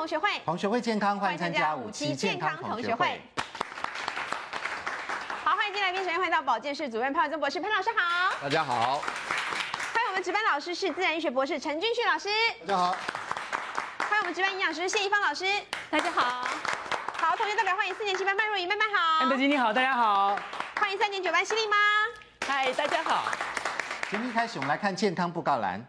学会， 同学会健康，欢迎参加5期健康同学会。 好，欢迎进来宾，首先欢迎到保健室主任潘伟宗博士，潘老师好。 大家好。 欢迎我们值班老师是自然医学博士陈俊旭老师。 大家好。 欢迎我们值班营养师谢宜芳老师。 大家好。 好，同学代表欢迎4年7班麦若仪，麦麦好。 安德基你好，大家好。欢迎3年9班犀利妈。 嗨，大家好。 今天开始，我们来看健康布告栏。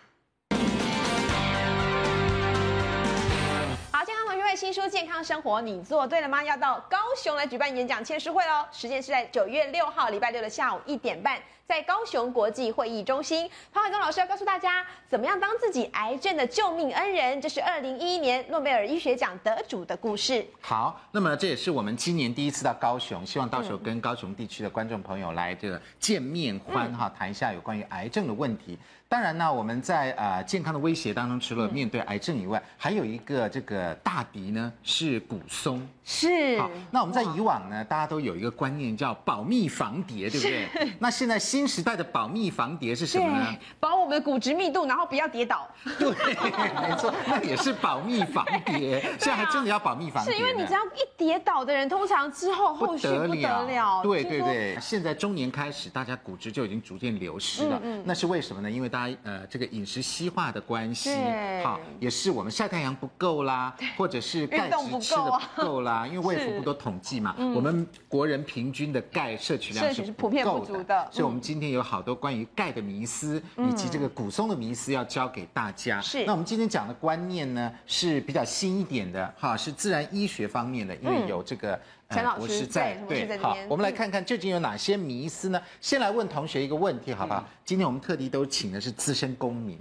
好，健康同学会新书《健康生活你做对了吗》要到高雄来举办演讲签书会喽，时间是在9月6号礼拜六的下午1点半，在高雄国际会议中心。潘伟宗老师要告诉大家，怎么样当自己癌症的救命恩人，这是2011年诺贝尔医学奖得主的故事。 好，那么这也是我们今年第一次到高雄，希望到时候跟高雄地区的观众朋友来这个见面欢哈，谈一下有关于癌症的问题。当然呢，我们在健康的威胁当中，除了面对癌症以外，还有一个这个大敌呢是骨松。 是。 好，那我们在以往呢，大家都有一个观念叫保密防谍，对不对？那现在新时代的保密防谍是什么呢？ 保我们的骨质密度，然后不要跌倒。 对，没错，那也是保密防谍。现在还真的要保密防谍。 是因为你只要一跌倒的人，通常之后后续不得了。 对对对，现在中年开始，大家骨质就已经逐渐流失了。那是为什么呢？因为大家这个饮食西化的关系，好，也是我们晒太阳不够啦，或者是钙质吃的不够啦。因为卫福部都统计嘛，我们国人平均的钙摄取量是普遍不足的， 所以我们今天有好多关于钙的迷思，以及这个骨松的迷思要教给大家。 是， 那我们今天讲的观念呢是比较新一点的哈，是自然医学方面的，因为有这个陈老师在对。好，我们来看看究竟有哪些迷思呢？先来问同学一个问题，好不好？今天我们特地都请的是资深公民。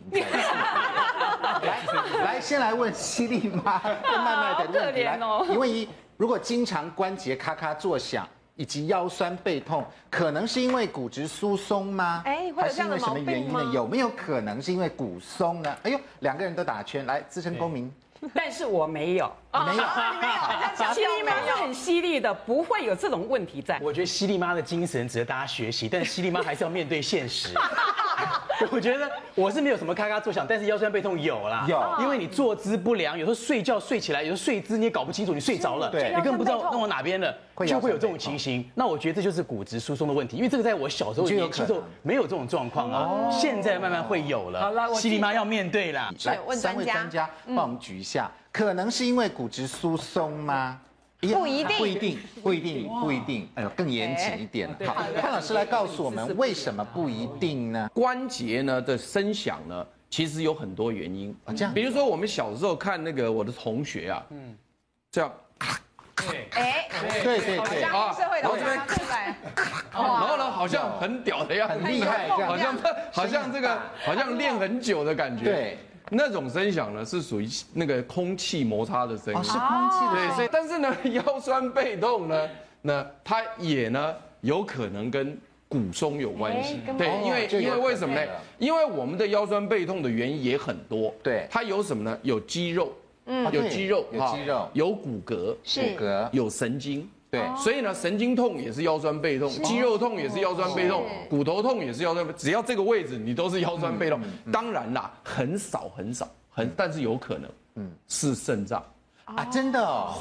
来，先来问犀利妈跟麦麦的问题。来，因为如果经常关节咔咔作响，以及腰酸背痛，可能是因为骨质疏松吗？ 还是因为什么原因呢？ 有没有可能是因为骨松呢？哎呦，两个人都打圈，来，资深公民。 但是我没有， 没有， 犀利妈是很犀利的，不会有这种问题在。 我觉得犀利妈的精神值得大家学习，但是犀利妈还是要面对现实。我觉得我是没有什么咔咔作响，但是腰酸背痛有啦，因为你坐姿不良，有时候睡觉睡起来，有时候睡姿你也搞不清楚，你睡着了， 对， 你根本不知道弄到哪边了，就会有这种情形。那我觉得这就是骨质疏松的问题，因为这个在我小时候年轻时候没有这种状况啊，现在慢慢会有了。犀利妈要面对啦。 来，3位专家帮我们举一下，可能是因为骨质疏松吗？ 不一定， 不一定。哎呦，更严谨一点。好，潘老师来告诉我们为什么不一定呢？ 关节呢的声响呢，其实有很多原因。 这样， 比如说我们小时候看那个我的同学啊，这样， 对啊，社会的，然后这边， 然后呢，好像很屌的样子， 很厉害， 好像这个好像练很久的感觉。 对。 那种声响呢，是属于那个空气摩擦的声音， 是空气的声音。 对，所以但是呢，腰酸背痛呢，它也呢有可能跟骨松有关系。对，因为为什么呢？因为我们的腰酸背痛的原因也很多。 对， 它有什么呢？有肌肉，有肌肉，有骨骼，有神经。对，所以呢，神经痛也是腰酸背痛，肌肉痛也是腰酸背痛，骨头痛也是腰酸背痛，只要这个位置你都是腰酸背痛。当然啦，很少，但是有可能，是肾脏啊，真的哦，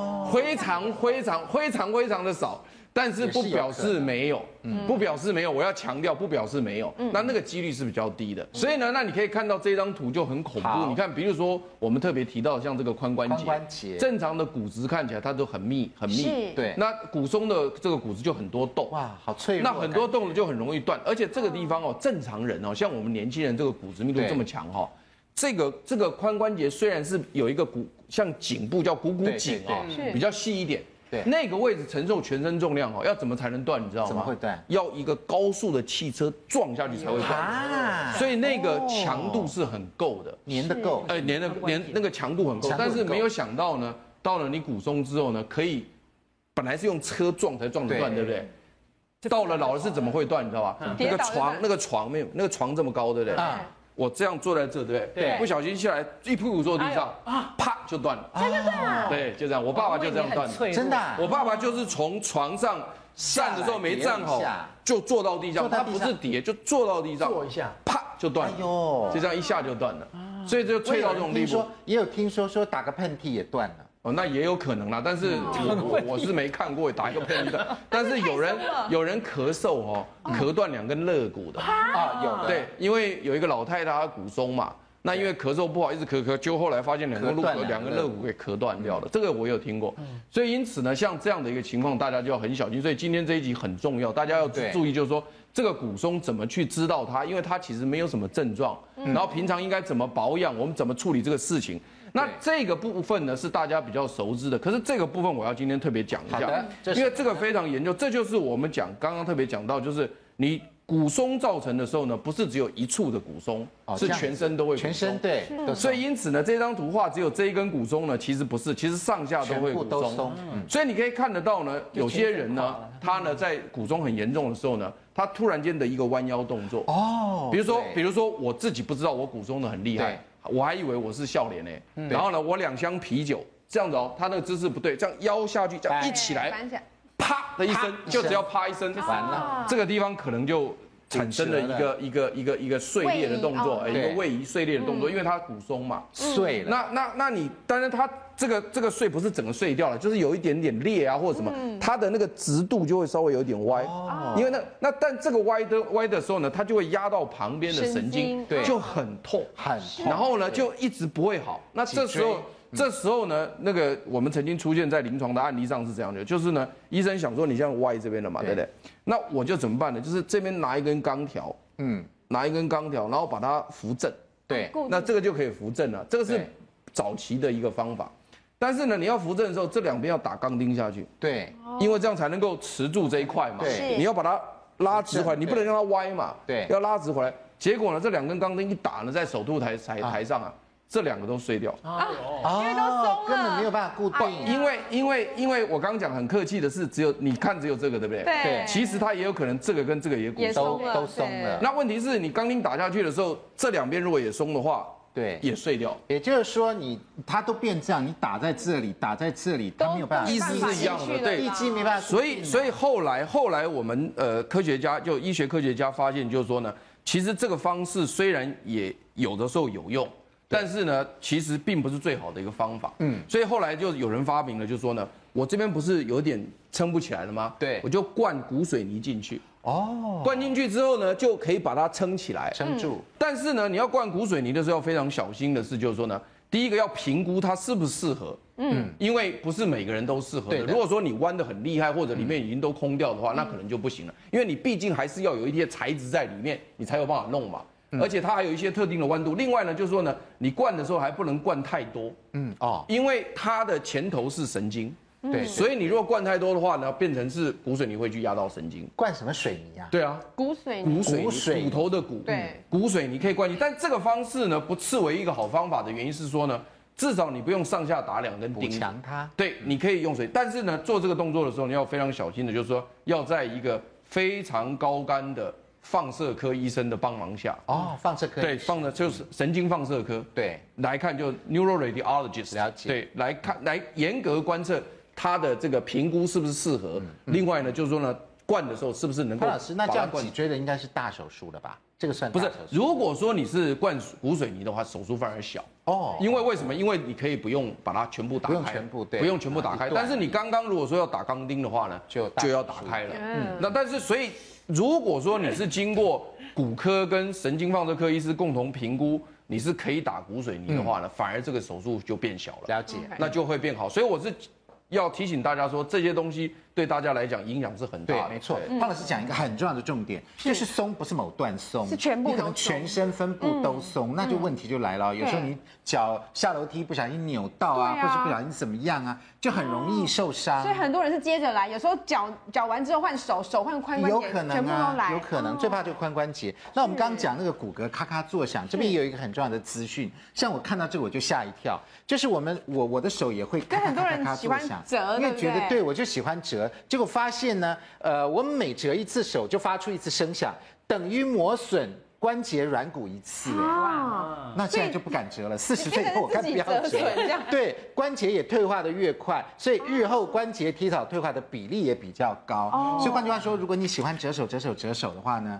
非常的少。但是不表示没有，不表示没有，我要强调不表示没有，那个几率是比较低的。所以呢，那你可以看到这张图就很恐怖。你看，比如说我们特别提到像这个髋关节，正常的骨质看起来它都很密， 对。 那骨松的这个骨质就很多洞， 哇，好脆弱。 那很多洞就很容易断，而且这个地方哦，正常人哦，像我们年轻人这个骨质密度这么强哈，这个髋关节虽然是有一个像颈部叫股颈哦，比较细一点。对，那个位置承受全身重量哦，要怎么才能断？你知道吗？ 怎么会断？ 要一个高速的汽车撞下去才会断啊！所以那个强度是很够的， 粘得够， 粘那个强度很够。但是没有想到呢，到了你骨松之后呢，可以本来是用车撞才撞得断，对不对？到了老的是怎么会断？你知道吧？那个床没有，那个床这么高，对不对？我这样坐在这，对不对？对，不小心下来一屁股坐地上，啪就断了。 真的断了？ 对，就这样。我爸爸就这样断的， 真的。 我爸爸就是从床上站的时候没站好，就坐到地上，他不是跌，就坐到地上， 坐一下， 啪就断了。哎呦，就这样一下就断了。 所以就脆到这种地步。 也有听说打个喷嚏也断了。 哦，那也有可能啦，但是我是没看过打一个喷嚏的，但是有人咳嗽哦，咳断2根肋骨的啊，有的。 对，因为有一个老太太她骨松嘛，那因为咳嗽不好，一直咳，就后来发现2根肋骨给咳断掉了，这个我有听过。所以因此呢，像这样的一个情况，大家就要很小心。所以今天这一集很重要，大家要注意，就是说这个骨松怎么去知道它，因为它其实没有什么症状，然后平常应该怎么保养，我们怎么处理这个事情。那这个部分呢是大家比较熟知的，可是这个部分我要今天特别讲一下，因为这个非常研究，这就是我们刚刚特别讲到，就是你骨松造成的时候呢，不是只有一处的骨松，是全身都会骨松， 全身对， 所以因此呢，这张图画只有这一根骨松呢，其实不是，其实上下都会骨松，所以你可以看得到呢，有些人呢，他呢在骨松很严重的时候呢，他突然间的一个弯腰动作，比如说我自己不知道我骨松的很厉害。我还以为我是笑脸呢，然后呢，我2箱啤酒这样子哦，他那个姿势不对，这样腰下去，这样一起来，啪的一声，就只要啪一声，完了，这个地方可能就产生了一个碎裂的动作，一个位移碎裂的动作，因为它骨松嘛， 碎了。 那你当然它这个碎不是整个碎掉了，就是有一点点裂啊或者什么，它的那个直度就会稍微有点歪，因为但这个歪的时候呢，它就会压到旁边的神经，对，就很痛，然后呢就一直不会好。那这时候呢，那个我们曾经出现在临床的案例上是这样的，就是呢，医生想说你像歪这边了嘛，对不对？那我就怎么办呢？就是这边拿一根钢条，拿一根钢条，然后把它扶正，对，那这个就可以扶正了。这个是早期的一个方法。但是呢，你要扶正的时候，这两边要打钢钉下去， 对， 因为这样才能够持住这一块嘛。 对， 你要把它拉直回来，你不能让它歪嘛。对，要拉直回来。结果呢，这2根钢钉一打呢，在手术台上啊，这2个都碎掉。 因为都松了， 根本没有办法固定。 因为我刚刚讲很客气的是，只有这个，对不对？ 对。 其实它也有可能这个跟这个也都松了。 那问题是你钢钉打下去的时候，这2边如果也松的话。对，也碎掉。 也就是说它都变这样，你打在这里，它没有办法， 意思是一样的，对， 地基没办法。 所以后来我们科学家就医学科学家发现，就是说呢，其实这个方式虽然也有的时候有用，但是呢，其实并不是最好的一个方法。所以后来就有人发明了，就是说呢，我这边不是有点撑不起来了吗？对，我就灌骨水泥进去。灌进去之后呢，就可以把它撑起来， 撑住。 但是呢，你要灌骨水泥的时候要非常小心的是，就是说呢，第一个要评估它适不适合，因为不是每个人都适合的。如果说你弯得很厉害，或者里面已经都空掉的话，那可能就不行了，因为你毕竟还是要有一些材质在里面，你才有办法弄嘛。而且它还有一些特定的弯度。另外呢，就是说呢，你灌的时候还不能灌太多，因为它的前头是神经。对，所以你如果灌太多的话呢，变成是骨水泥会去压到神经。 灌什么水泥啊？ 对啊， 骨水泥， 骨头的骨，对，骨水泥可以灌进。但这个方式呢，不视为一个好方法的原因是说呢，至少你不用上下打2根钉， 补强它。对， 你可以用水，但是呢，做这个动作的时候，你要非常小心的，就是说要在一个非常高干的放射科医生的帮忙下。 放射科。 对，就是神经放射科。对，来看就 neuroradiologist。了解。对，来严格观测。它的这个评估是不是适合？另外呢，就是说呢，灌的时候是不是能够？ 潘老师，那这样脊椎的应该是大手术了吧？这个算大手术？ 不是，如果说你是灌骨水泥的话，手术反而小。因为为什么？因为你可以不用把它全部打开，不用全部打开。但是你刚刚如果说要打钢钉的话呢，就要打开了。那但是所以如果说你是经过骨科跟神经放射科医师共同评估，你是可以打骨水泥的话呢，反而这个手术就变小了。 了解， 那就会变好。所以我是要提醒大家说，这些东西对大家来讲影响是很大的。 对，没错。潘老师讲一个很重要的重点，就是松不是某段松， 是全部， 你可能全身分部都松，那就问题就来了。有时候你脚下楼梯不小心扭到啊，或是不小心怎么样啊，就很容易受伤。 所以很多人是接着来，有时候脚完之后换手换髋关节， 有可能全部都来， 有可能。最怕就髋关节。那我们刚刚讲那个骨骼咔咔作响，这边也有一个很重要的资讯，像我看到这个我就吓一跳，就是我的手也会咔咔咔咔作响，因为觉得对我就喜欢折，结果发现呢，我们每折一次手就发出一次声响，等于磨损关节软骨1次。哇！那现在就不敢折了。40岁以后我看不要折。对，关节也退化的越快，所以日后关节提早退化的比例也比较高。所以换句话说，如果你喜欢折手的话呢，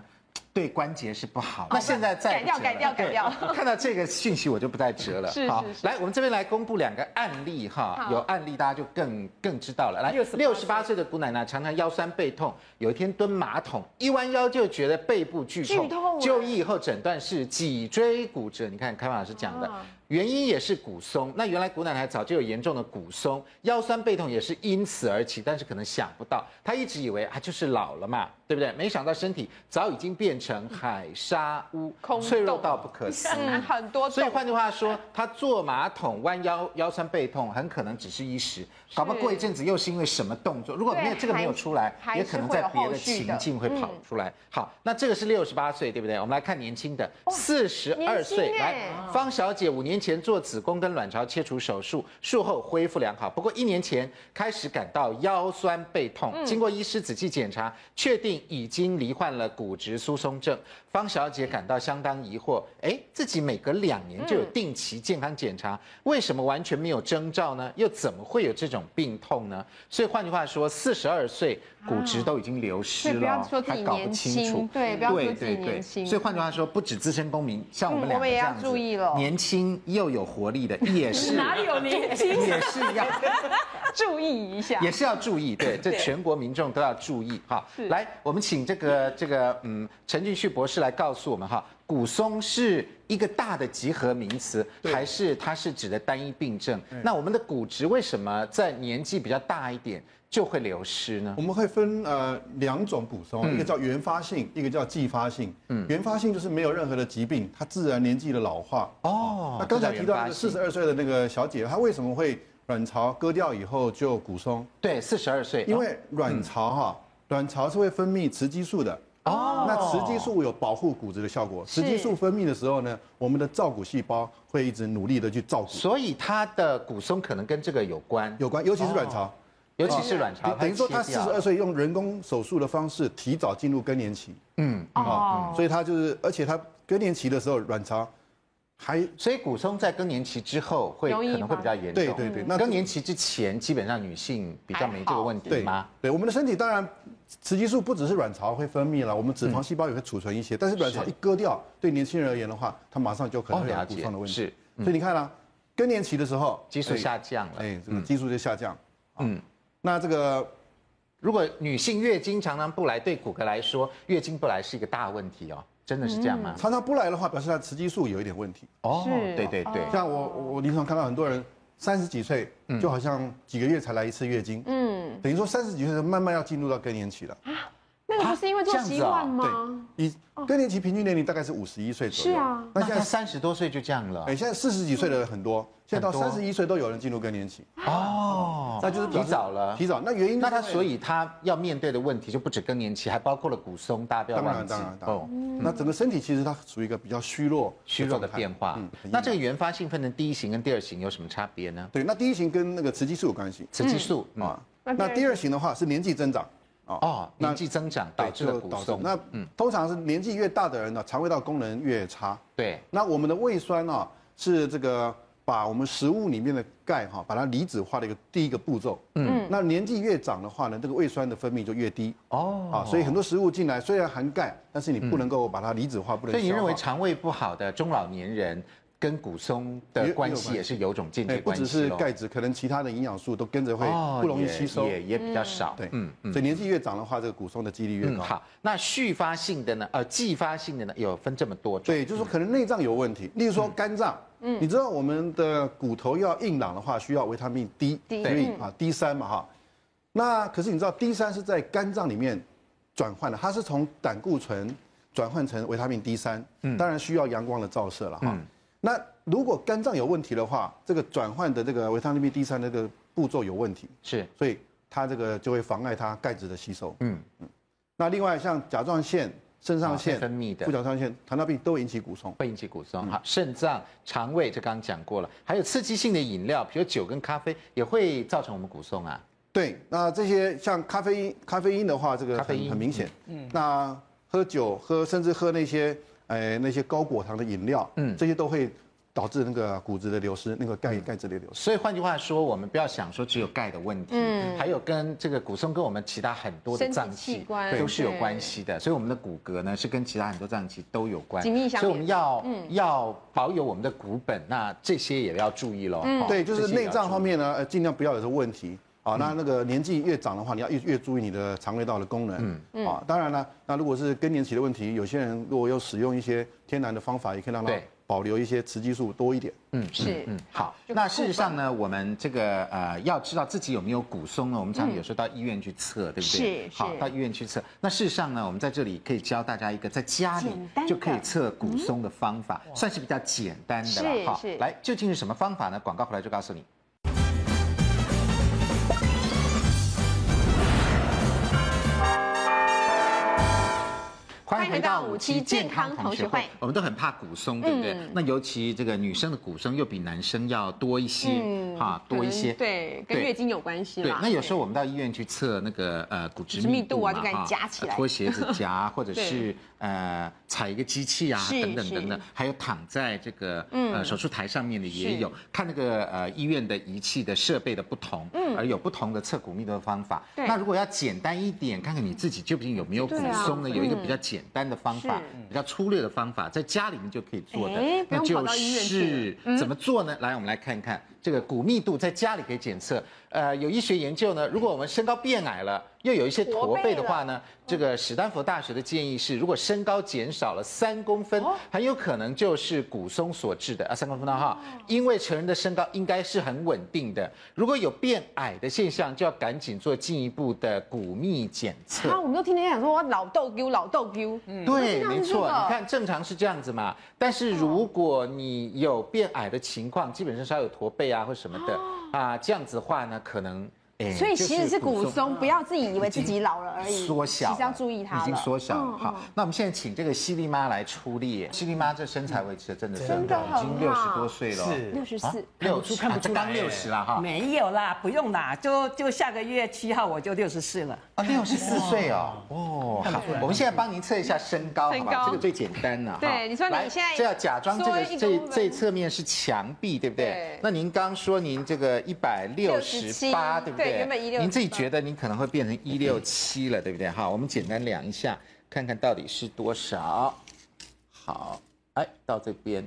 对关节是不好。那现在再改掉。 看到这个讯息我就不再折了。好，来，我们这边来公布2个案例哈，有案例大家就更知道了。来，68岁的古奶奶常常腰酸背痛，有一天蹲马桶，一弯腰就觉得背部剧痛，就医以后诊断是脊椎骨折。你看开放老师讲的。原因也是骨松，那原来古奶奶早就有严重的骨松，腰酸背痛也是因此而起，但是可能想不到，她一直以为就是老了嘛，对不对？没想到身体早已经变成海沙屋，脆弱到不可思议， 很多。 所以换句话说，她坐马桶弯腰腰酸背痛，很可能只是一时，搞不好过一阵子又是因为什么动作，如果没有出来，也可能在别的情境会跑出来。好，那这个是68岁，对不对？我们来看年轻的，42岁，来，方小姐5年前做子宫跟卵巢切除手术，术后恢复良好。不过1年前开始感到腰酸背痛，经过医师仔细检查，确定已经罹患了骨质疏松症。方小姐感到相当疑惑，自己每隔2年就有定期健康检查，为什么完全没有征兆呢？又怎么会有这种病痛呢？所以换句话说，42岁骨质都已经流失了，还搞不清楚。 对，不要说自己年轻。 所以换句话说，不只资深公民，像我们2个这样子，年轻又有活力的，也是哪里有年轻， 也是要注意一下， 也是要注意。对，这全国民众都要注意。好，来，我们请这个陈俊旭博士来告诉我们哈，骨松是一个大的集合名词，还是它是指的单一病症？那我们的骨质为什么在年纪比较大一点就会流失呢？ 我们会分2种骨松，一个叫原发性，一个叫继发性。原发性就是没有任何的疾病，它自然年纪的老化。那刚才提到的42岁的那个小姐，她为什么会卵巢割掉以后就骨松？ 对，42岁， 因为卵巢是会分泌雌激素的。那雌激素有保护骨质的效果。雌激素分泌的时候呢，我们的造骨细胞会一直努力的去造骨， 所以它的骨松可能跟这个有关， 尤其是卵巢。 尤其是卵巢， 等于说他42岁用人工手术的方式提早进入更年期，所以他就是，而且他更年期的时候卵巢所以骨松在更年期之后可能会比较严重。 对， 那更年期之前基本上女性比较没这个问题吗？ 对，我们的身体当然雌激素不只是卵巢会分泌了，我们脂肪细胞也会储存一些，但是卵巢一割掉，对年轻人而言的话，他马上就可能会有骨松的问题。是，所以你看更年期的时候激素下降了， 这个激素就下降。那这个， 如果女性月经常常不来，对骨骼来说，月经不来是一一个大问题哦，真的是这样吗？ 常常不来的话，表示她雌激素有一点问题。 对， 像我临床看到很多人30几岁，就好像几个月才来一次月经，等于说30几岁慢慢要进入到更年期了。 那个不是因为做习惯吗？ 对，更年期平均年龄大概是51岁左右。 是啊， 那现在30多岁就这样了。 现在40几岁的很多，现在到31岁都有人进入更年期。 那就是提早了。 提早，那原因那所以他要面对的问题就不止更年期，还包括了骨松，大家不要忘记。 当然。那整个身体其实它属于一个比较虚弱的变化。那这个原发性分成第1型跟第2型有什么差别呢？ 对，那第1型跟那个雌激素有关系。 雌激素那第2型的话是年纪增长。 年纪增长导致了骨松。 那通常是年纪越大的人呢，肠胃道功能越差。 对。 那我们的胃酸是这个把我们食物里面的钙把它离子化的第一个步骤。那年纪越长的话呢，这个胃酸的分泌就越低。所以很多食物进来虽然含钙，但是你不能够把它离子化，不能消化。 所以你认为肠胃不好的中老年人跟骨松的关系也是有种间接关系， 不只是钙质，可能其他的营养素都跟着会不容易吸收， 也比较少。 对，所以年纪越长的话，这个骨松的几率越高。 好，那续发性的呢？继发性的呢？有分这么多种。 对，就是说可能内脏有问题，例如说肝脏。你知道我们的骨头要硬朗的话，需要维他命 D， 所以D3嘛那可是你知道 D3是在肝脏里面转换的，它是从胆固醇转换成维他命 D3，当然需要阳光的照射了那如果肝脏有问题的话，这个转换的这个维他命 D3的这个步骤有问题，所以它这个就会妨碍它钙质的吸收。那另外像甲状腺、肾上腺分泌的副甲状腺、糖尿病都会引起骨松， 会引起骨松。好，肾脏、肠胃这刚刚讲过了，还有刺激性的饮料，比如酒跟咖啡也会造成我们骨松啊。 对，那这些像咖啡因的话，这个很明显。那喝酒甚至喝那些高果糖的饮料，这些都会导致那个骨质的流失，那个钙质的流失。 所以换句话说，我们不要想说只有钙的问题，还有跟这个骨松跟我们其他很多的脏器都是有关系的。所以我们的骨骼呢是跟其他很多脏器都有关， 紧密相连。 所以我们要保有我们的骨本，那这些也要注意喽。 对，就是内脏方面呢，尽量不要有这个问题。啊，那个年纪越长的话，你要越注意你的肠胃道的功能。啊，当然了，那如果是更年期的问题，有些人如果有使用一些天然的方法，也可以让它保留一些雌激素多一点。 好。那事实上呢，我们这个要知道自己有没有骨松呢，我们常有时候到医院去测，对不对？好，到医院去测。那事实上呢，我们在这里可以教大家一个在家里就可以测骨松的方法，算是比较简单的了。好，来，究竟是什么方法呢？广告回来就告诉你。欢迎回到57健康同学会。我们都很怕骨松，对不对？那尤其这个女生的骨松又比男生要多一些，多一些。 对，跟月经有关系啦。 对，那有时候我们到医院去测那个骨质密度啊，就给你夹起来， 脱鞋子夹，或者是踩一个机器啊，等等等等，还有躺在这个手术台上面的也有，看那个医院的仪器的设备的不同，而有不同的测骨密度的方法。那如果要简单一点，看看你自己究竟有没有骨松呢？有一个比较简单的方法，比较粗略的方法，在家里面就可以做的，那就是怎么做呢？来，我们来看看这个骨密度在家里可以检测。有医学研究呢，如果我们身高变矮了，又有一些驼背的话呢，这个史丹佛大学的建议是，如果身高减少了3公分，很有可能就是骨松所致的3公分哈，因为成人的身高应该是很稳定的，如果有变矮的现象，就要赶紧做进一步的骨密检测。 我们都听人家讲说我老豆丢， 对，没错，你看正常是这样子嘛，但是如果你有变矮的情况，基本上是要有驼背啊或什么的这样子的话呢，可能。 所以其实是骨松，不要自己以为自己老了而已， 缩小， 其实要注意它了， 已经缩小了。好，那我们现在请这个犀利妈来出列。犀利妈这身材维持的真的是已经60多岁了， 是 64，看不出刚60了哈。 没有啦，不用啦，就下个月7号我就64了。 64岁哦，好，我们现在帮您测一下身高，好吧？这个最简单了。 对，你说你现在这要假装这侧面是墙壁，对不对？那您刚说您这个168，对不对？您自己觉得您可能会变成167了，对不对？好，我们简单量一下，看看到底是多少。好，到这边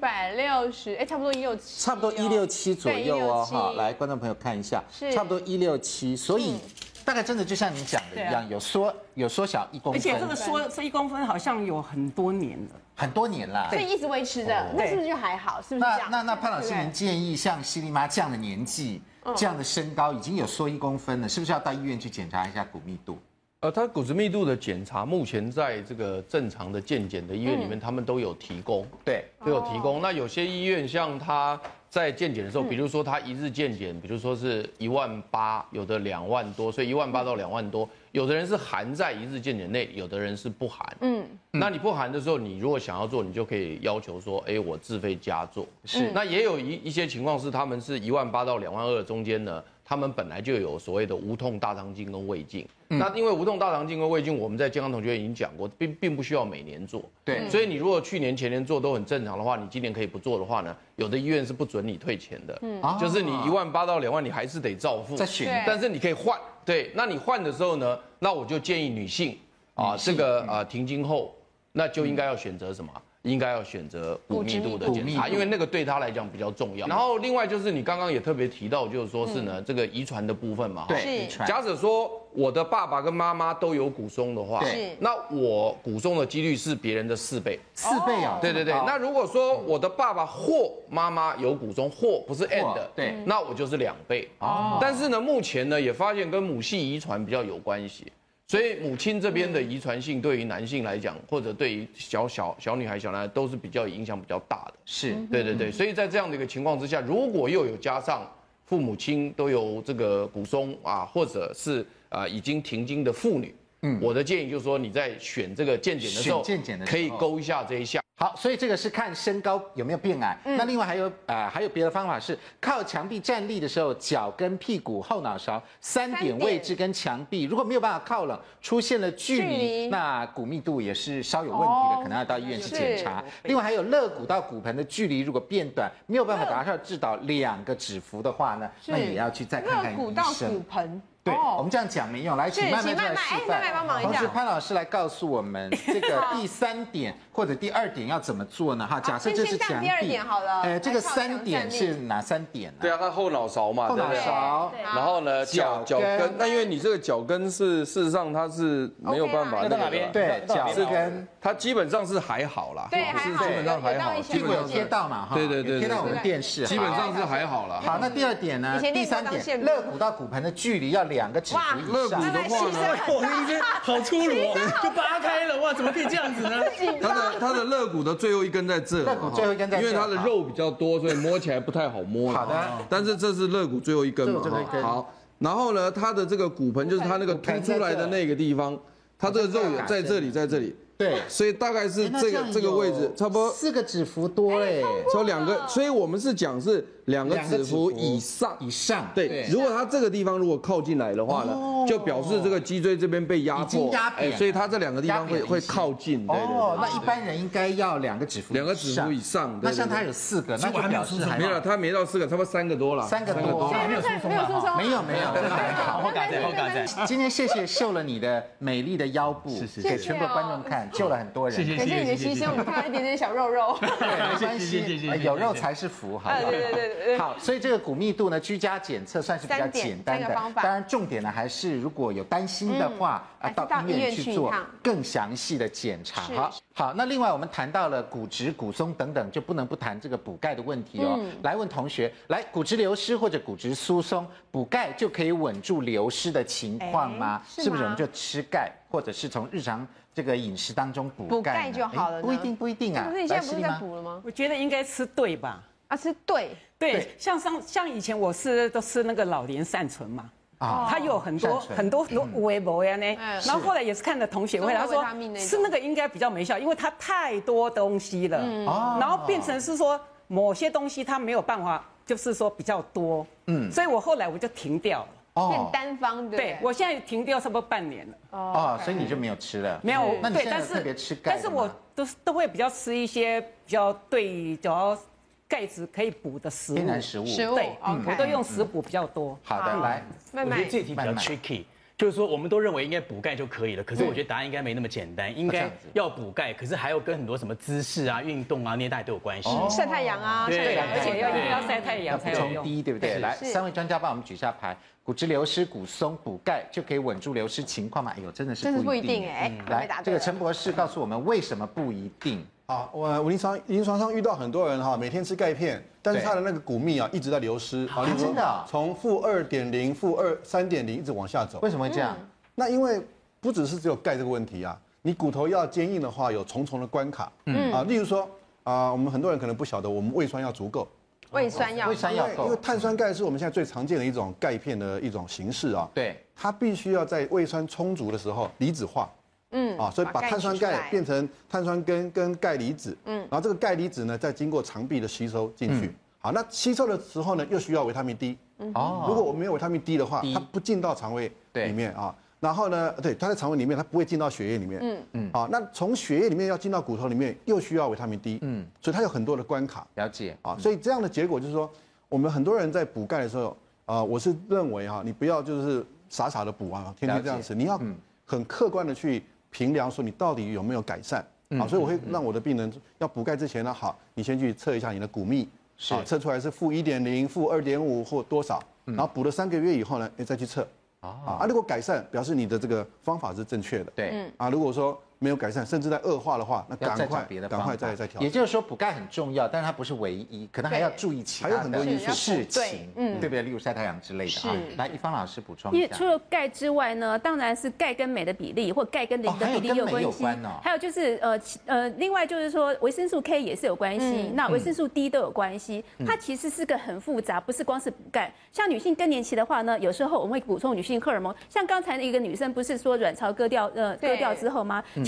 160，差不多167， 差不多167左右哦。哈，来，观众朋友看一下，差不多167，所以大概真的就像您讲的一样，有缩小1公分， 而且这个这1公分好像有很多年了。 很多年啦， 所以一直维持着，那是不是就还好？是不是这样？ 那潘老师，您建议像犀利妈这样的年纪、这样的身高，已经有缩1公分了，是不是要到医院去检查一下骨密度？ 它骨质密度的检查，目前在这个正常的健检的医院里面，他们都有提供， 对， 都有提供。那有些医院像他在健检的时候，比如说他一日健检，比如说是18000，有的2万多，所以18000到2万多。有的人是含在一日健检内，有的人是不含。那你不含的时候，你如果想要做，你就可以要求说，我自费加做。是。那也有一些情况是，他们是18000到2万2中间呢，他们本来就有所谓的无痛大肠镜跟胃镜。那因为无痛大肠镜跟胃镜，我们在健康同学已经讲过，并不需要每年做。 对。 所以你如果去年、前年做都很正常的话，你今年可以不做的话呢，有的医院是不准你退钱的。就是你18000到2万，你还是得照付。 再选。 但是你可以换。对，那你换的时候呢，那我就建议女性这个停经后，那就应该要选择什么？应该要选择骨密度的检查，因为那个对他来讲比较重要。然后另外就是你刚刚也特别提到，就是说是呢这个遗传的部分嘛。 对， 假设说我的爸爸跟妈妈都有骨松的话，那我骨松的几率是别人的4倍。 4倍啊？ 对。那如果说我的爸爸或妈妈有骨松，或不是 and， 对， 那我就是2倍。但是呢，目前呢也发现跟母系遗传比较有关系。所以母亲这边的遗传性对于男性来讲，或者对于小女孩、小男孩都是比较影响比较大的。 是， 对。所以在这样的一个情况之下，如果又有加上父母亲都有这个骨松或者是已经停经的妇女，我的建议就是说你在选这个健检的时候，可以勾一下这一项。 好，所以这个是看身高有没有变矮。那另外还有别的方法是靠墙壁站立的时候，脚跟屁股后脑勺3点位置跟墙壁，如果没有办法靠拢，出现了距离，那骨密度也是稍有问题的，可能要到医院去检查。另外还有肋骨到骨盆的距离如果变短，没有办法达到至少2个指幅的话呢，那也要去再看看医生。肋骨到骨盆。 对，我们这样讲没用，来，请曼曼来示范。 帮忙一下。 同时，潘老师来告诉我们这个第3点或者第2点要怎么做呢？哈，假设这是墙壁。 第2点好了。 这个3点是哪3点呢？ 对啊，它后脑勺嘛， 后脑勺。 然后呢，脚跟。那因为你这个脚跟是事实上它是没有办法那个。 对，脚跟它基本上是还好啦。 对， 是基本上还好。 基本有贴到嘛，哈。 对， 贴到我们电视。 基本上是还好啦。 好，那第2点呢？第3点，肋骨到骨盆的距离要2个指幅以上。 肋骨的话呢， 我那天好粗鲁，就扒开了，哇，怎么可以这样子呢？ 它的肋骨的最后一根在这， 肋骨最后一根在这， 因为它的肉比较多，所以摸起来不太好摸。 好的， 但是这是肋骨最后一根嘛，好，然后呢，它的这个骨盆就是它那个凸出来的那个地方，它这个肉有在这里，在这里。对，所以大概是这个位置，差不多 4个指幅多哎， 超2个，所以我们是讲是2个指幅以上。对，如果它这个地方如果靠进来的话呢，就表示这个脊椎这边被压迫，所以它这2个地方会靠近。 哦，那一般人应该要2个指幅以上。 那像他有4个，那就表示没有，他没到4个，差不多3个多了。 3个多， 没有疏松， 没有， 好感在。 今天谢谢秀了你的美丽的腰部，给全国观众看。救了很多人， 谢谢你的牺牲，我们看到一点点小肉， 没关系，有肉才是福，好不好？ 对。 好，所以这个骨密度呢，居家检测算是比较简单的，当然重点呢还是如果有担心的话，到医院去做更详细的检查。好，那另外我们谈到了骨质、骨松等等，就不能不谈这个补钙的问题哦。来问同学，来骨质流失或者骨质疏松，补钙就可以稳住流失的情况吗？是不是我们就吃钙，或者是从日常这个饮食当中补钙就好了？ 不一定啊。 不是你现在不是在补了吗？ 我觉得应该吃对吧？ 吃对， 像以前我都吃那个老年善存嘛。它有很多微博呀呢，然后后来也是看了同学会，他说吃那个应该比较没效，因为它太多东西了，然后变成是说某些东西它没有办法，就是说比较多，所以我后来我就停掉了， 变单方的。 对，我现在停掉差不多半年了。 所以你就没有吃了？ 没有， 那你现在特别吃钙？ 但是我都会比较吃一些比较钙质可以补的食物， 天然食物， 对，我都用食补比较多。 好的，来， 我觉得这题比较 tricky，就是说我们都认为应该补钙就可以了，可是我觉得答案应该没那么简单，应该要补钙，可是还要跟很多什么姿势啊、运动啊那些大概都有关系。 晒太阳啊， 对，而且要晒太阳才有用。 低，对不对？来，3位专家帮我们举下牌。骨质流失、骨松补钙就可以稳住流失情况吗？哎呦，真的是不一定哎。来，这个陈博士告诉我们为什么不一定。 我临床上遇到很多人每天吃钙片，但是他的那个骨密一直在流失， 真的从-2.0、-3.0一直往下走。 为什么会这样？ 那因为不只是只有钙这个问题你骨头要坚硬的话，有重重的关卡。例如说我们很多人可能不晓得，我们胃酸要足够。 胃酸要够，因为碳酸钙是我们现在最常见的一种钙片的一种形式对， 它必须要在胃酸充足的时候离子化。所以把碳酸钙变成碳酸根跟钙离子。然后这个钙离子呢，再经过肠壁的吸收进去。好，那吸收的时候呢，又需要维他命 D。如果我没有维他命 D 的话，它不进到肠胃里面然后呢，对，它在肠胃里面，它不会进到血液里面。那从血液里面要进到骨头里面，又需要维他命 D。所以它有很多的关卡。 了解所以这样的结果就是说，我们很多人在补钙的时候，我是认为你不要就是傻傻的补天天这样吃，你要很客观的去评量说你到底有没有改善。所以我会让我的病人要补钙之前呢，你先去测一下你的骨密，测出来是-1.0、-2.5或多少，然后补了3个月以后呢，你再去测。如果改善，表示你的这个方法是正确的。 对。 如果说没有改善，甚至在恶化的话，那赶快再调。 也就是说，补钙很重要，但是它不是唯一，可能还要注意其他的事情，对不对？例如晒太阳之类的来，一芳老师补充一下。 因为除了钙之外呢，当然是钙跟镁的比例，或钙跟磷的比例有关系。还有就是另外就是说维生素 K 也是有关系，那维生素 D 都有关系。它其实是个很复杂，不是光是补钙。像女性更年期的话呢，有时候我们会补充女性荷尔蒙，像刚才的一个女生不是说卵巢割掉之后吗？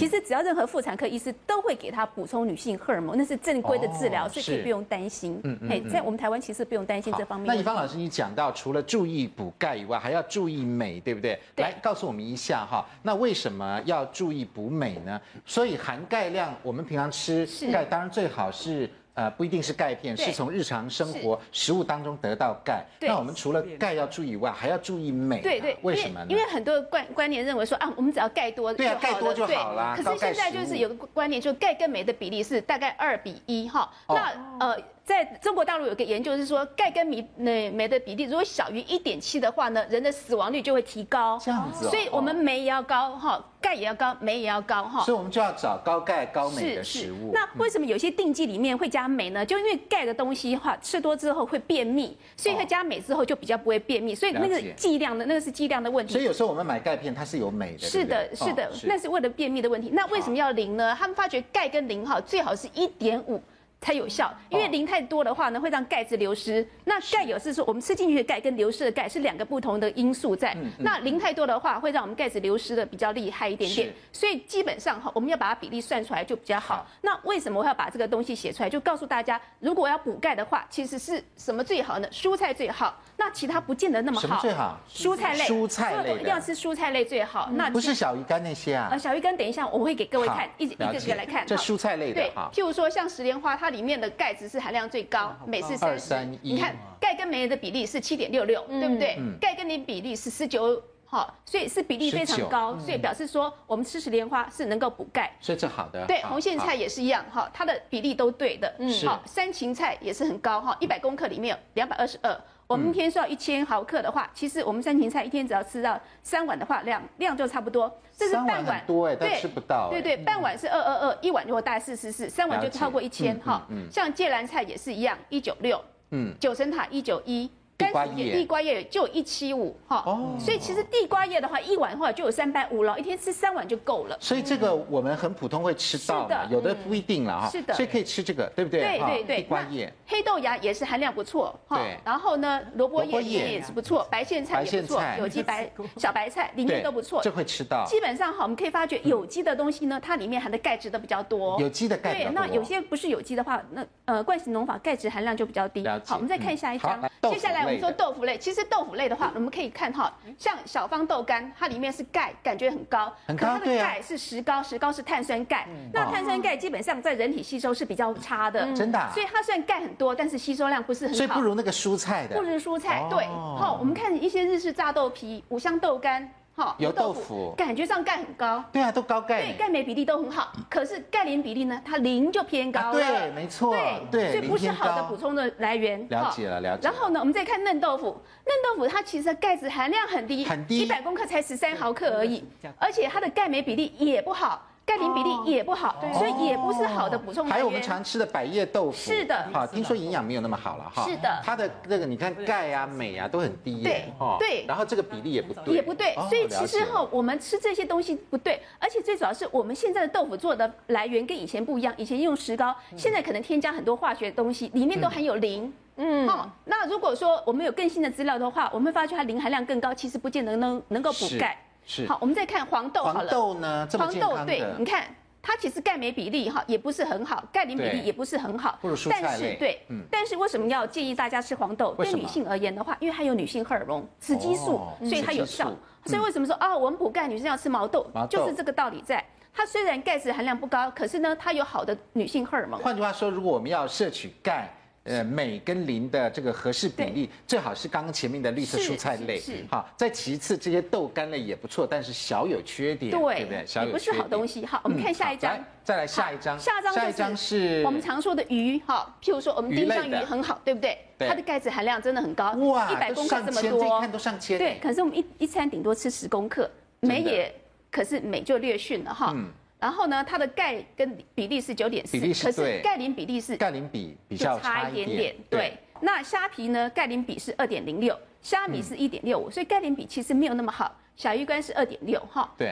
其实只要任何妇产科医师都会给他补充女性荷尔蒙，那是正规的治疗，所以可以不用担心。在我们台湾其实不用担心这方面。 那宜芳老师，你讲到除了注意补钙以外，还要注意镁，对不对？来告诉我们一下哈，那为什么要注意补镁呢？所以含钙量，我们平常吃钙，当然最好是。不一定是钙片，是从日常生活食物当中得到钙。那我们除了钙要注意以外，还要注意镁。 对， 为什么呢？ 因为很多观念认为说我们只要钙多就好了。 钙多就好了。 可是现在就是有个观念，就钙跟镁的比例是大概2:1哈。那在中国大陆有个研究是说，钙跟镁的比例如果小于1.7的话呢，人的死亡率就会提高。 这样子。 所以我们镁也要高哈，钙也要高，镁也要高哈。 所以我们就要找高钙高镁的食物。 那为什么有些定剂里面会加镁呢？就因为钙的东西哈，吃多之后会便秘，所以它加镁之后就比较不会便秘。所以那个剂量的那个是剂量的问题。 所以有时候我们买钙片它是有镁的。 是的，那是为了便秘的问题。那为什么要0呢？他们发觉钙跟0哈，最好是1.5。才有效，因为0太多的话呢，会让钙质流失。那钙有是说，我们吃进去的钙跟流失的钙是2个不同的因素在。那0太多的话，会让我们钙质流失的比较厉害一点点。所以基本上哈，我们要把它比例算出来就比较好。那为什么我要把这个东西写出来？就告诉大家，如果要补钙的话，其实是什么最好呢？蔬菜最好。那其他不见得那么好。 什么最好？ 蔬菜类。 蔬菜类一定要吃蔬菜类最好。那不是小鱼干那些啊？ 小鱼干等一下我会给各位看，一个来看。 这蔬菜类的哈。 譬如说像石莲花，它里面的钙质是含量最高，镁是30，你看钙跟镁的比例是7.66，对不对？钙跟磷比例是19，所以是比例非常高，所以表示说我们吃石莲花是能够补钙， 所以这好的。 对，红苋菜也是一样，它的比例都对的。山芹菜也是很高，100公克里面有222。我们一天需要1000毫克的话，其实我们山芹菜一天只要吃到3碗的话，量就差不多。这是半碗， 多但吃不到。 对，半碗是222，一碗就大概444，3碗就超过1000哈。像芥蓝菜也是一样，196，九层塔191。地瓜叶就有175哈，所以其实地瓜叶的话，一碗的话就有350了，一天吃3碗就够了。 所以这个我们很普通会吃到的，有的不一定了哈。 是的， 所以可以吃这个，对不对？ 对。 地瓜叶、 黑豆芽也是含量不错哈。然后呢，萝卜叶也是不错，白苋菜也不错，有机小白菜里面都不错。 这会吃到。 基本上哈，我们可以发觉有机的东西呢，它里面含的钙质都比较多。 有机的钙质。 对，那有些不是有机的话，那惯性农法钙质含量就比较低。好，我们再看下一张。接下来我们说豆腐类，其实豆腐类的话，我们可以看像小方豆干，它里面是钙，感觉很高，可它的钙是石膏是碳酸钙。那碳酸钙基本上在人体吸收是比较差的， 真的。 所以它虽然钙很多，但是吸收量不是很好， 所以不如那个蔬菜的。 不如蔬菜，对。好，我们看一些日式炸豆皮、五香豆干。 油豆腐感觉上钙很高， 对啊，都高钙， 对，钙镁比例都很好。可是钙磷比例呢，它磷就偏高了， 对，没错，对， 所以不是好的补充的来源。 了解了。 然后呢，我们再看嫩豆腐，它其实钙质含量很低，100公克才13毫克而已，而且它的钙镁比例也不好。钙磷比例也不好，所以也不是好的补充来源。 还有我们常吃的百叶豆腐， 是的， 好，听说营养没有那么好了哈。 是的， 它的那个你看钙啊、镁啊都很低耶， 对， 然后这个比例也不对， 所以其实我们吃这些东西不对，而且最主要是我们现在的豆腐做的来源跟以前不一样，以前用石膏，现在可能添加很多化学的东西，里面都含有磷。那如果说我们有更新的资料的话，我们会发觉它磷含量更高，其实不见得能够补钙。 是， 好，我们再看黄豆好了。 黄豆呢，这么健康的， 黄豆对，你看。它其实钙镁比例也不是很好，钙磷比例也不是很好， 不如蔬菜类。 但是为什么要建议大家吃黄豆？对女性而言的话，因为它有女性荷尔蒙雌激素，所以它有效。所以为什么说我们补钙女生要吃毛豆，就是这个道理在。它虽然钙质含量不高，可是呢，它有好的女性荷尔蒙。 换句话说，如果我们要摄取钙。镁跟磷的这个合适比例，最好是刚刚前面的绿色蔬菜类，好，再其次这些豆干类也不错，但是小有缺点，对不对？小有缺点， 不是好东西。好，我们看下一张， 再来下一张， 下一张是我们常说的鱼，譬如说我们丁香鱼很好，对不对？它的钙质含量真的很高， 哇 ，100公克这么多， 一看都上千， 对。可是我们一餐顶多吃10公克，可是镁就略逊了哈。然后呢，它的钙跟比例是9.4，可是钙磷比例是比较差一点。 对，那虾皮呢，钙磷比是2.06，虾米是1.65，所以钙磷比其实没有那么好。小鱼干是2.6哈。 对。 那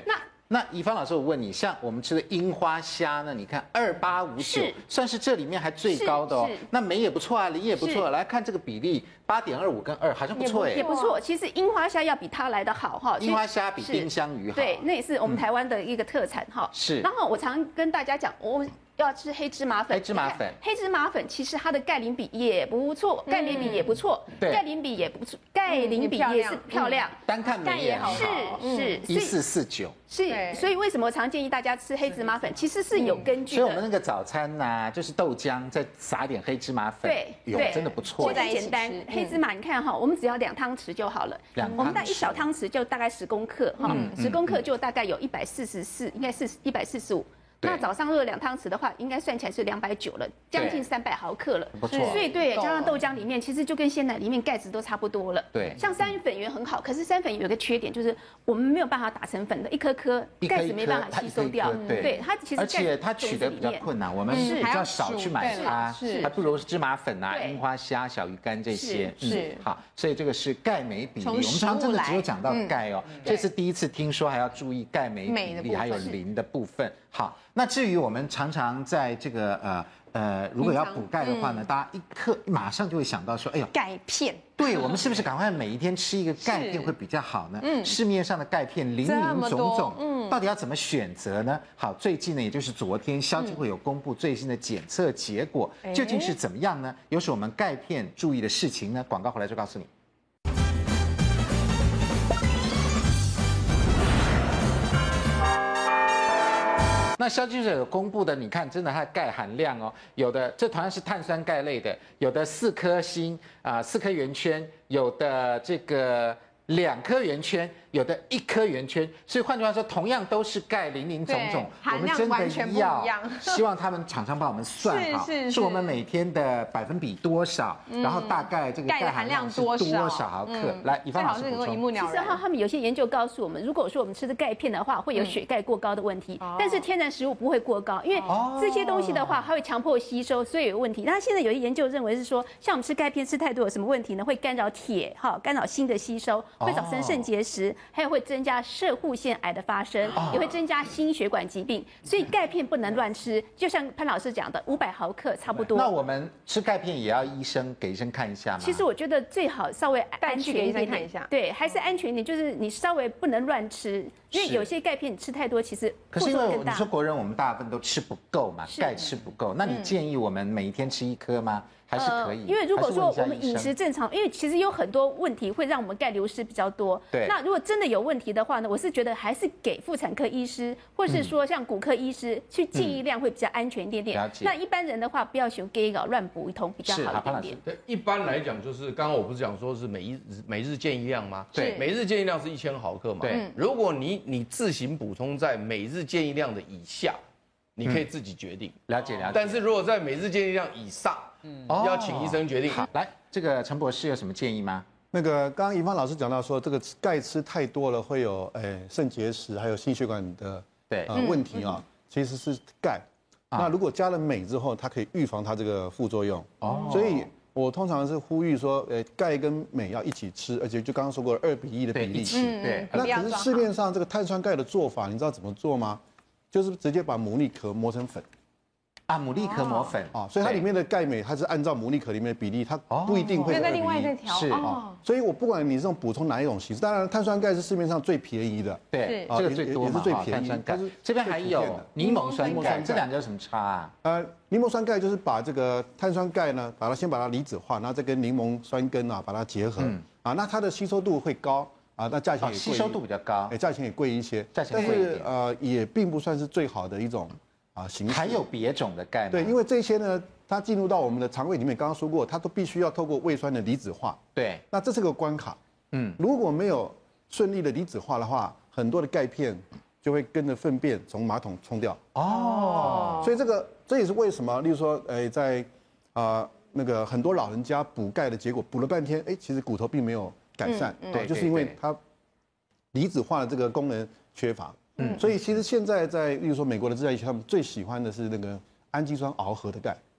那宜芳老师，我问你，像我们吃的樱花虾呢？你看2859，算是这里面还最高的哦。那镁也不错啊，磷也不错。来看这个比例，8.25跟2，好像不错哎。 也不错。其实樱花虾要比它来的好哈。 樱花虾比丁香鱼好。 对，那也是我们台湾的一个特产哈。 是。 然后我常跟大家讲，我要吃黑芝麻粉。 黑芝麻粉， 黑芝麻粉其实它的钙磷比也不错，钙镁比也不错，钙磷比也不错，钙磷比也是漂亮。 单看镁也好， 是 1449。 是，所以为什么我常建议大家吃黑芝麻粉？其实是有根据的。 所以我们那个早餐呐，就是豆浆再撒点黑芝麻粉，对，真的不错。 简单，黑芝麻你看哈，我们只要2汤匙就好了。我们带1小汤匙就大概10公克哈，10公克就大概有144，应该是145。那早上热2汤匙的话，应该算起来是290了，将近300毫克了。 不错。 所以对，加上豆浆里面，其实就跟鲜奶里面钙质都差不多了。 对。 像3粉圆很好，可是3粉有一个缺点，就是我们没有办法打成粉的，一颗颗钙质没办法吸收掉。对，它其实而且它取得比较困难，我们比较少去买它，还不如芝麻粉啊、樱花虾、小鱼干这些。是。好，所以这个是钙镁比例。我们常真的只有讲到钙哦，这是第一次听说还要注意钙镁比例，还有磷的部分。好，那至于我们常常在这个如果要补钙的话呢，大家马上就会想到说，哎呦， 钙片。 对，我们是不是赶快每一天吃一个钙片会比较好呢？市面上的钙片林林总总，到底要怎么选择呢？好，最近呢，也就是昨天，消基会有公布最新的检测结果，究竟是怎么样呢？有什么我们钙片注意的事情呢？广告回来就告诉你。那消基会有公布的，你看，真的它的钙含量哦，有的这同样是碳酸钙类的，有的4颗星啊，4颗圆圈，有的这个2颗圆圈，有的1颗圆圈，所以换句话说，同样都是钙，林林总总，我们真的要希望他们厂商帮我们算好，是我们每天的%多少，然后大概这个钙含量是多少毫克。来，宜芳老师补充。 其实他们有些研究告诉我们，如果说我们吃的钙片的话，会有血钙过高的问题，但是天然食物不会过高，因为这些东西的话，它会强迫吸收，所以有问题。那现在有些研究认为是说，像我们吃钙片吃太多有什么问题呢？会干扰铁，干扰锌的吸收，会造成肾结石，还有会增加攝護腺癌的发生，也会增加心血管疾病。所以钙片不能乱吃，就像潘老师讲的，500毫克差不多。 那我们吃钙片也要给医生看一下吗？ 其实我觉觉得最好稍微安全一点看一下， 对，还是安全一点，就是你稍微不能乱吃，因为有些钙片你吃太多，其实可是因为你说国人我们大部分都吃不够嘛，钙吃不够，那你建议我们每一天吃1颗吗？还是可以？ 因为如果说我们饮食正常，因为其实有很多问题会让我们钙流失比较多。 对。 那如果真的有问题的话呢，我是觉得还是给妇产科医师，或是说像骨科医师去建议量会比较安全一点点。 了解。 那一般人的话，不要选给搞乱补一通比较好一点点。 对，一般来讲就是刚刚我不是讲说是每日建议量吗？ 对， 每日建议量是1000毫克嘛。 对。 如果你自行补充在每日建议量的以下，你可以自己决定。 了解。 但是如果在每日建议量以上，要请医生决定。 好，来，这个陈博士有什么建议吗？ 那个刚刚宜芳老师讲到说，这个钙吃太多了会有肾结石，还有心血管的问题啊，其实是钙。那如果加了镁之后，它可以预防它这个副作用。哦，所以我通常是呼吁说，钙跟镁要一起吃，而且就刚刚说过2:1的比例。 对。 那可是市面上这个碳酸钙的做法，你知道怎么做吗？就是直接把牡蛎壳磨成粉。 啊，牡蛎壳磨粉啊，所以它里面的钙镁，它是按照牡蛎壳里面的比例，它不一定会再另外再调。 是啊，所以我不管你这种补充哪一种形式，当然碳酸钙是市面上最便宜的， 对，这个最多嘛， 也是最便宜。 碳酸钙这边还有柠檬酸钙，这两个有什么差啊？ 柠檬酸钙就是把这个碳酸钙呢，先把它离子化，然后再跟柠檬酸根啊把它结合啊，那它的吸收度会高啊，那价钱也贵， 吸收度比较高， 价钱也贵一些， 但是也并不算是最好的一种。形式还有别种的钙吗？ 对，因为这些呢，它进入到我们的肠胃里面，刚刚说过，它都必须要透过胃酸的离子化。 对， 那这是个关卡。如果没有顺利的离子化的话，很多的钙片就会跟着粪便从马桶冲掉。哦，所以这也是为什么，例如说，在那个很多老人家补钙的结果，补了半天，其实骨头并没有改善。对，就是因为它离子化的这个功能缺乏。所以其实现在在，例如说美国的制药医学，他们最喜欢的是那个氨基酸螯合的钙。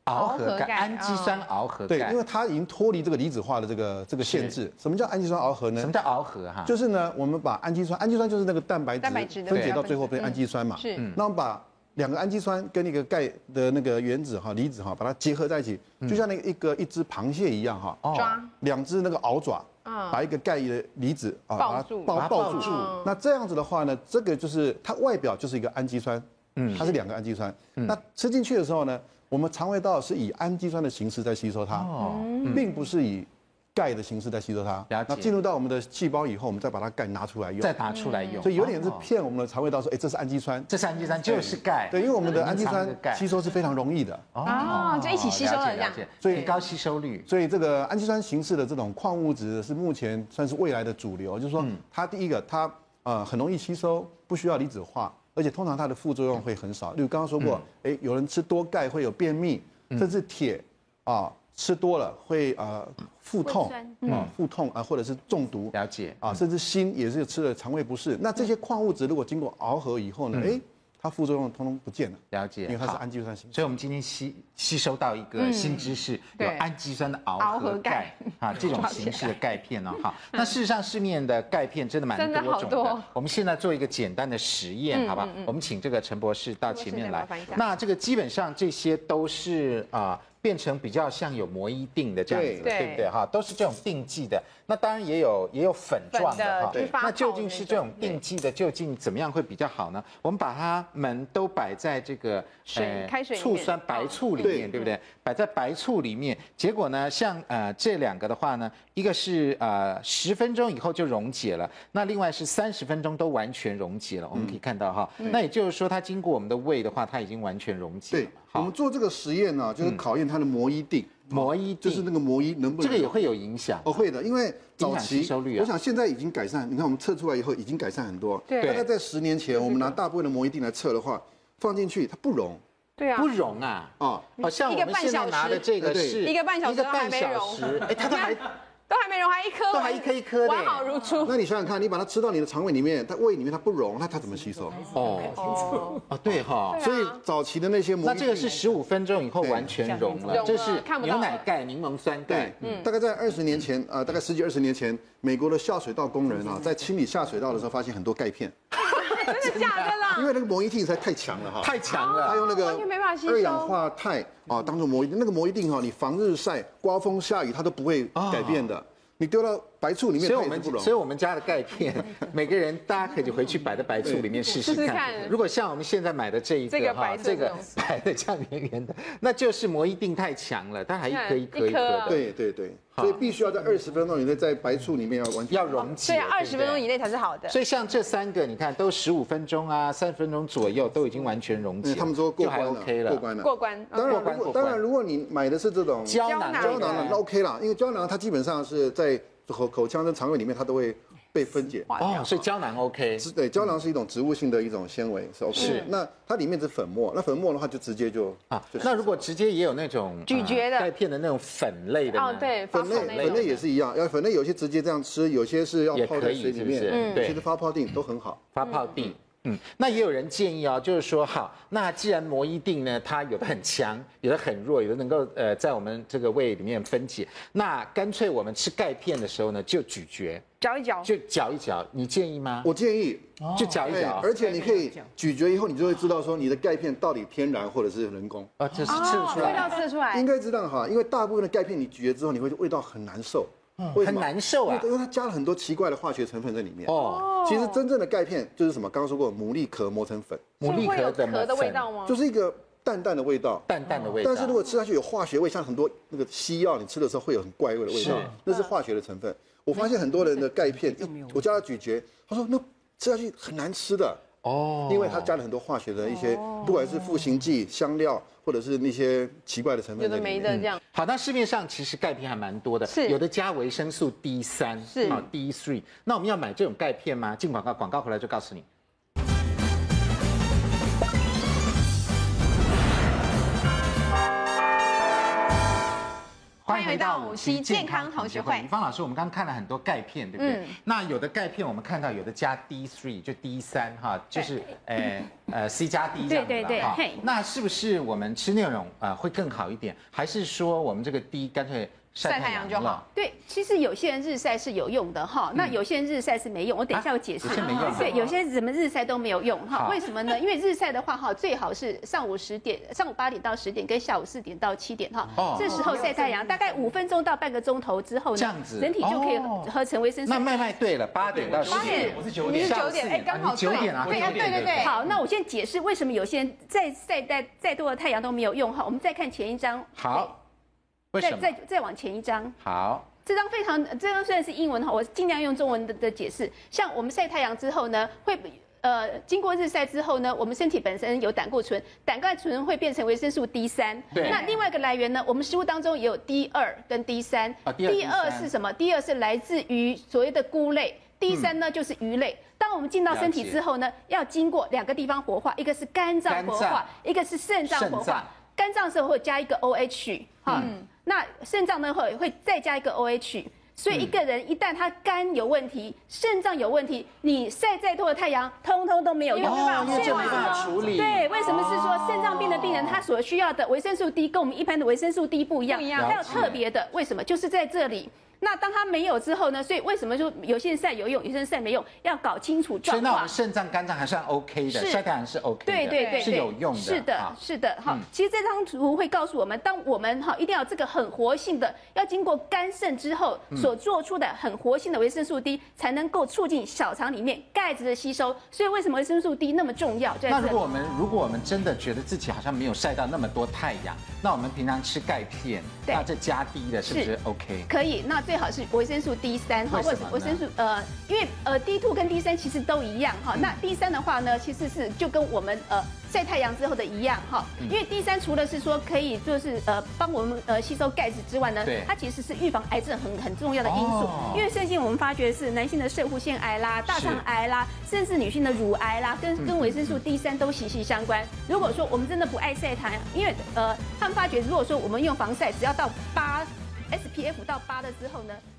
螯合钙，氨基酸螯合钙。 对，因为它已经脱离这个离子化的这个限制。什么叫氨基酸螯合呢？ 什么叫螯合哈？ 就是呢，我们把氨基酸就是那个蛋白质分解到最后变氨基酸嘛。 是。 那我们把2个氨基酸跟一个钙的那个原子离子把它结合在一起，就像一只螃蟹一样抓 2只那个螯爪，把一个钙的离子抱住， 抱住。那这样子的话呢，这个就是它外表就是一个氨基酸，它是2个氨基酸。那吃进去的时候呢，我们肠胃道是以氨基酸的形式在吸收它，并不是以钙的形式在吸收它。那进入到我们的细胞以后，我们再把它钙拿出来用， 再拿出来用。 所以有点是骗我们的肠胃道说，这是氨基酸， 这是氨基酸就是钙。 对，因为我们的氨基酸吸收是非常容易的。 就一起吸收了这样， 所以高吸收率。 所以这个氨基酸形式的这种矿物质是目前算是未来的主流，就是说它第一个它很容易吸收，不需要离子化。而且通常它的副作用会很少，例如刚刚说过，有人吃多钙会有便秘，甚至铁吃多了会腹痛或者是中毒， 了解甚至锌也是吃了肠胃不适。那这些矿物质如果经过螯合以后呢，它副作用通通不见了， 了解， 因为它是氨基酸形式。 所以我们今天吸收到一个新知识，有氨基酸的螯合钙这种形式的钙片好，那事实上市面的钙片真的蛮多种的。我们现在做一个简单的实验，好吧？我们请这个陈博士到前面来。那这个基本上这些都是变成比较像有膜衣锭的这样子，对不对哈？都是这种锭剂的。那当然也有粉状的哈。那究竟是这种锭剂的，究竟怎么样会比较好呢？我们把它们都摆在这个开水醋酸白醋里面，对不对？摆在白醋里面，结果呢，像这2个的话呢，一个是10分钟以后就溶解了，那另外是30分钟都完全溶解了。我们可以看到哈，那也就是说它经过我们的胃的话，它已经完全溶解了。 我们做这个实验呢，就是考验它的膜衣锭。 膜衣就是那个膜衣能不能？ 这个也会有影响。 会的，因为早期吸收率我想现在已经改善。你看我们测出来以后已经改善很多。 对。 大概在10年前，我们拿大部分的膜衣锭来测的话，放进去它不溶。 对啊。 不溶啊。好像我们现在拿的这个是 1个半小时，还没溶。 它都还没溶，还一颗一颗的， 完好如初。 那你想想看，你把它吃到你的肠胃里面，它胃里面它不溶，那它怎么吸收？ 对哈。 所以早期的那些膜衣， 那这个是15分钟以后完全溶了，这是牛奶钙、柠檬酸钙。 大概在20年前大概10几20年前，美国的下水道工人在清理下水道的时候，发现很多钙片。 真的假的啦？ 因为那个膜衣锭实在太强了太强了。 它用那个2氧化钛当做膜衣，那个膜衣锭你防日晒、刮风下雨它都不会改变的。你丢到白醋里面， 所以我们家的钙片，每个人大家可以回去摆在白醋里面试试看。如果像我们现在买的这个白的这样圆圆的，那就是膜衣锭太强了，它还一颗一颗的。 对。所以必须要在20分钟以内在白醋里面要溶解， 所以20分钟以内才是好的。 所以像这3个，你看都15分钟30分钟左右都已经完全溶解， 他们说过关了， OK 了， 过关。 当然，如果你买的是这种胶囊的， 那 OK 啦，因为胶囊它基本上是在口腔跟肠胃里面它都会被分解。 所以胶囊 OK。 对，胶囊是一种植物性的一种纤维，是 OK。是，那它里面是粉末，那粉末的话就直接就那如果直接也有那种咀嚼的钙片的那种粉类的呢？ 对， 粉类也是一样，粉类有些直接这样吃，有些是要泡在水里面，其实发泡锭都很好。 发泡锭。那也有人建议就是说，好，那既然膜衣锭呢，它有的很强，有的很弱，有的能够在我们这个胃里面分解，那干脆我们吃钙片的时候呢，就咀嚼， 嚼一嚼， 就嚼一嚼，你建议吗？ 我建议， 就嚼一嚼， 而且你可以咀嚼以后，你就会知道说你的钙片到底天然或者是人工这是吃得出来， 味道吃得出来， 应该知道哈，因为大部分的钙片你咀嚼之后，你会味道很难受。 很难受啊， 因为它加了很多奇怪的化学成分在里面。其实真正的钙片就是什么？刚刚说过，牡蛎壳磨成粉。 牡蛎壳的味道吗？ 就是一个淡淡的味道。 淡淡的味道。 但是如果吃下去有化学味，像很多那个西药，你吃的时候会有很怪味的味道，那是化学的成分。我发现很多人的钙片，我叫他咀嚼，他说那吃下去很难吃的。因为它加了很多化学的一些，不管是赋形剂、香料，或者是那些奇怪的成分， 有的没的这样。 好，那市面上其实钙片还蛮多的，有的加维生素 D3， 是D3。那我们要买这种钙片吗？进广告，广告回来就告诉你。 欢迎回到五期健康同学会。 李芳老师，我们刚刚看了很多钙片，对不对？那有的钙片我们看到有的加 D3，就 D3哈，就是C 加 D 这样子哈。那是不是我们吃那种会更好一点？还是说我们这个 D 干脆晒太阳就好？ 对，其实有些人日晒是有用的哈，那有些人日晒是没用。我等一下会解释。对，有些人怎么日晒都没有用哈？为什么呢？因为日晒的话哈，最好是上午8点到10点，跟下午4点到7点哈。这时候晒太阳，大概5分钟到半个钟头之后呢，人体就可以合成维生素。 那麦对了，8点到10点， 我是9点， 你是9点，哎，刚好 9点啊， 对。 好，那我先解释为什么有些人再多的太阳都没有用哈。我们再看前一张。 好。 再往前一张。 好， 这张虽然是英文哈，我尽量用中文的解释。像我们晒太阳之后呢，会经过日晒之后呢，我们身体本身有胆固醇，胆固醇会变成维生素 D3。 对。 那另外一个来源呢，我们食物当中也有 D2跟 D3。D2是什么 ？D2是来自于所谓的菇类。D3呢就是鱼类。当我们进到身体之后呢，要经过2个地方活化，一个是肝脏活化，一个是肾脏活化。肝脏是会加一个 OH 哈。那肾脏呢会再加一个 OH， 所以一个人一旦他肝有问题、肾脏有问题，你晒再多的太阳，通通都没有用， 没办法处理。 对，为什么是说肾脏病的病人他所需要的维生素 D 跟我们一般的维生素 D 不一样？它有特别的，为什么？就是在这里。那当它没有之后呢？所以为什么说有些人晒有用，有些人晒没用？要搞清楚状况。 所以那我们肾脏、肝脏还算 OK 的，晒太阳是 OK 的， 对， 是有用的。 是的，哈。其实这张图会告诉我们，当我们哈一定要这个很活性的，要经过肝肾之后所做出的很活性的维生素 D， 才能够促进小肠里面钙质的吸收。所以为什么维生素 D 那么重要？ 那如果我们真的觉得自己好像没有晒到那么多太阳，那我们平常吃钙片，那这加 D 的是不是 OK？ 可以，那最好是维生素 D3 哈，或者维生素因为D2 跟 D3 其实都一样哈。那 D3 的话呢，其实是就跟我们晒太阳之后的一样哈。因为 D3 除了是说可以就是帮我们吸收钙质之外呢，它其实是预防癌症很重要的因素。因为最近我们发觉是男性的肾上腺癌啦、大肠癌啦，甚至女性的乳癌啦，跟维生素 D3 都息息相关。如果说我们真的不爱晒太阳，因为他们发觉如果说我们用防晒，只要到8 SPF 到8的之后呢，